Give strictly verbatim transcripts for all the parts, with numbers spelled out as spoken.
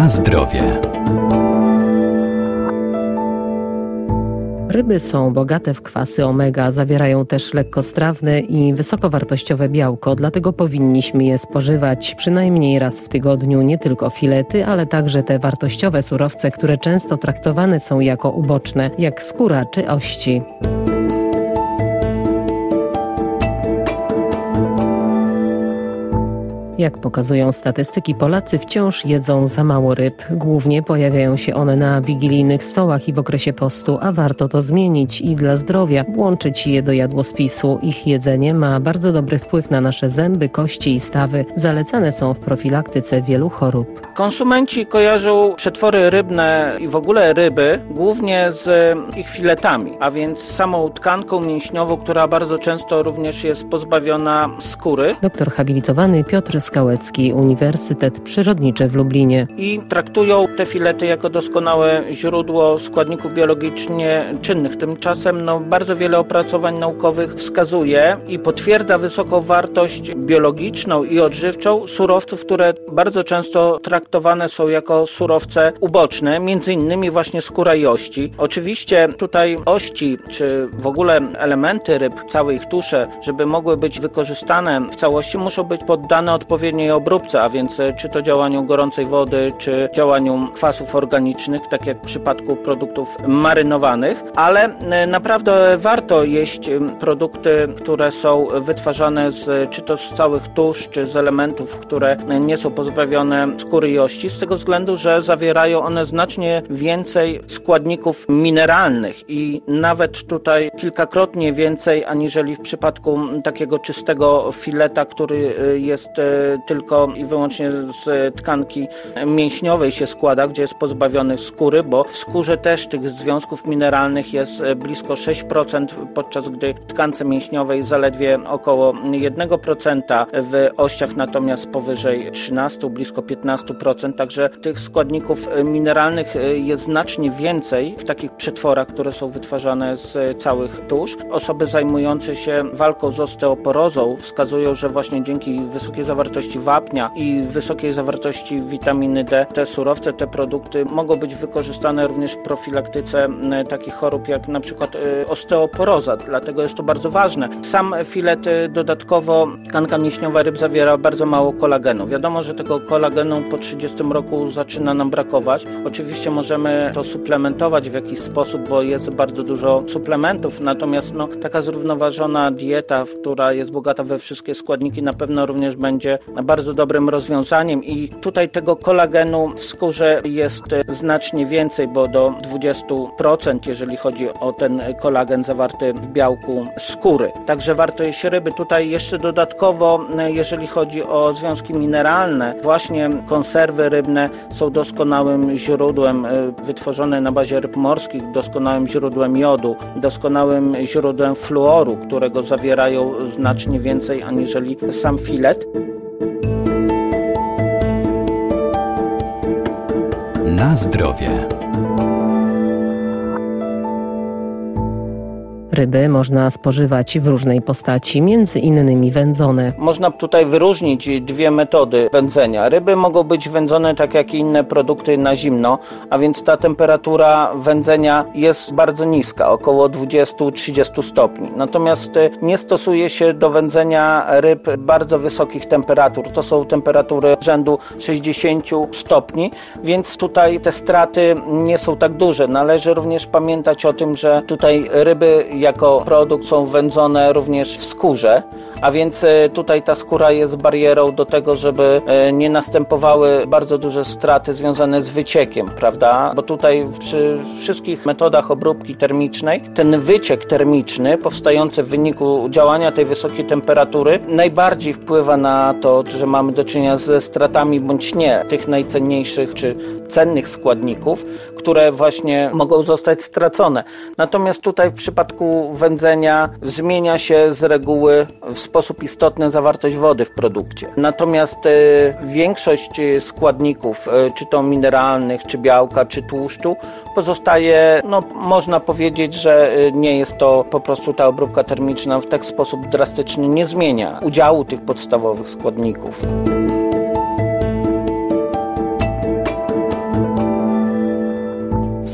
Na zdrowie. Ryby są bogate w kwasy omega, zawierają też lekkostrawne i wysokowartościowe białko, dlatego powinniśmy je spożywać przynajmniej raz w tygodniu, nie tylko filety, ale także te wartościowe surowce, które często traktowane są jako uboczne, jak skóra czy ości. Jak pokazują statystyki, Polacy wciąż jedzą za mało ryb. Głównie pojawiają się one na wigilijnych stołach i w okresie postu, a warto to zmienić i dla zdrowia włączyć je do jadłospisu. Ich jedzenie ma bardzo dobry wpływ na nasze zęby, kości i stawy. Zalecane są w profilaktyce wielu chorób. Konsumenci kojarzą przetwory rybne i w ogóle ryby głównie z ich filetami, a więc samą tkanką mięśniową, która bardzo często również jest pozbawiona skóry. Doktor habilitowany Piotr Skałecki, Uniwersytet Przyrodniczy w Lublinie. I traktują te filety jako doskonałe źródło składników biologicznie czynnych. Tymczasem no, bardzo wiele opracowań naukowych wskazuje i potwierdza wysoką wartość biologiczną i odżywczą surowców, które bardzo często traktowane są jako surowce uboczne, między innymi właśnie skóra i ości. Oczywiście tutaj ości, czy w ogóle elementy ryb, całe ich tusze, żeby mogły być wykorzystane w całości, muszą być poddane odpowiedniej obróbce, a więc czy to działaniu gorącej wody, czy działaniu kwasów organicznych, tak jak w przypadku produktów marynowanych, ale naprawdę warto jeść produkty, które są wytwarzane z, czy to z całych tusz, czy z elementów, które nie są pozbawione skóry i ości, z tego względu, że zawierają one znacznie więcej składników mineralnych i nawet tutaj kilkakrotnie więcej aniżeli w przypadku takiego czystego fileta, który jest tylko i wyłącznie z tkanki mięśniowej się składa, gdzie jest pozbawiony skóry, bo w skórze też tych związków mineralnych jest blisko sześć procent, podczas gdy w tkance mięśniowej zaledwie około jeden procent, w ościach natomiast powyżej trzynaście, blisko piętnaście procent, także tych składników mineralnych jest znacznie więcej w takich przetworach, które są wytwarzane z całych tusz. Osoby zajmujące się walką z osteoporozą wskazują, że właśnie dzięki wysokiej zawartości wapnia i wysokiej zawartości witaminy D te surowce, te produkty mogą być wykorzystane również w profilaktyce takich chorób jak na przykład osteoporoza, dlatego jest to bardzo ważne. Sam filet dodatkowo, tkanka mięśniowa ryb zawiera bardzo mało kolagenu. Wiadomo, że tego kolagenu po trzydziestym roku zaczyna nam brakować. Oczywiście możemy to suplementować w jakiś sposób, bo jest bardzo dużo suplementów, natomiast no, taka zrównoważona dieta, która jest bogata we wszystkie składniki, na pewno również będzie bardzo dobrym rozwiązaniem i tutaj tego kolagenu w skórze jest znacznie więcej, bo do dwadzieścia procent, jeżeli chodzi o ten kolagen zawarty w białku skóry. Także warto jeść ryby. Tutaj jeszcze dodatkowo, jeżeli chodzi o związki mineralne, właśnie konserwy rybne są doskonałym źródłem, wytworzone na bazie ryb morskich, doskonałym źródłem jodu, doskonałym źródłem fluoru, którego zawierają znacznie więcej aniżeli sam filet. Na zdrowie. Ryby można spożywać w różnej postaci, między innymi wędzone. Można tutaj wyróżnić dwie metody wędzenia. Ryby mogą być wędzone tak jak i inne produkty na zimno, a więc ta temperatura wędzenia jest bardzo niska, około dwadzieścia do trzydziestu stopni. Natomiast nie stosuje się do wędzenia ryb bardzo wysokich temperatur. To są temperatury rzędu sześćdziesiąt stopni, więc tutaj te straty nie są tak duże. Należy również pamiętać o tym, że tutaj ryby jako produkt są wędzone również w skórze, a więc tutaj ta skóra jest barierą do tego, żeby nie następowały bardzo duże straty związane z wyciekiem, prawda? Bo tutaj przy wszystkich metodach obróbki termicznej ten wyciek termiczny powstający w wyniku działania tej wysokiej temperatury najbardziej wpływa na to, że mamy do czynienia ze stratami bądź nie tych najcenniejszych czy cennych składników, które właśnie mogą zostać stracone. Natomiast tutaj w przypadku wędzenia zmienia się z reguły w sposób istotny zawartość wody w produkcie. Natomiast y, większość składników, y, czy to mineralnych, czy białka, czy tłuszczu, pozostaje, no można powiedzieć, że y, nie jest to po prostu ta obróbka termiczna w tak sposób drastyczny nie zmienia udziału tych podstawowych składników.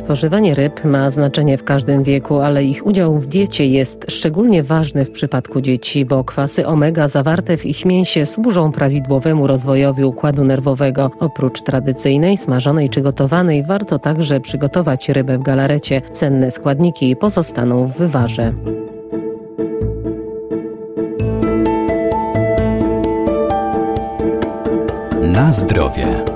Spożywanie ryb ma znaczenie w każdym wieku, ale ich udział w diecie jest szczególnie ważny w przypadku dzieci, bo kwasy omega zawarte w ich mięsie służą prawidłowemu rozwojowi układu nerwowego. Oprócz tradycyjnej, smażonej czy gotowanej, warto także przygotować rybę w galarecie. Cenne składniki pozostaną w wywarze. Na zdrowie.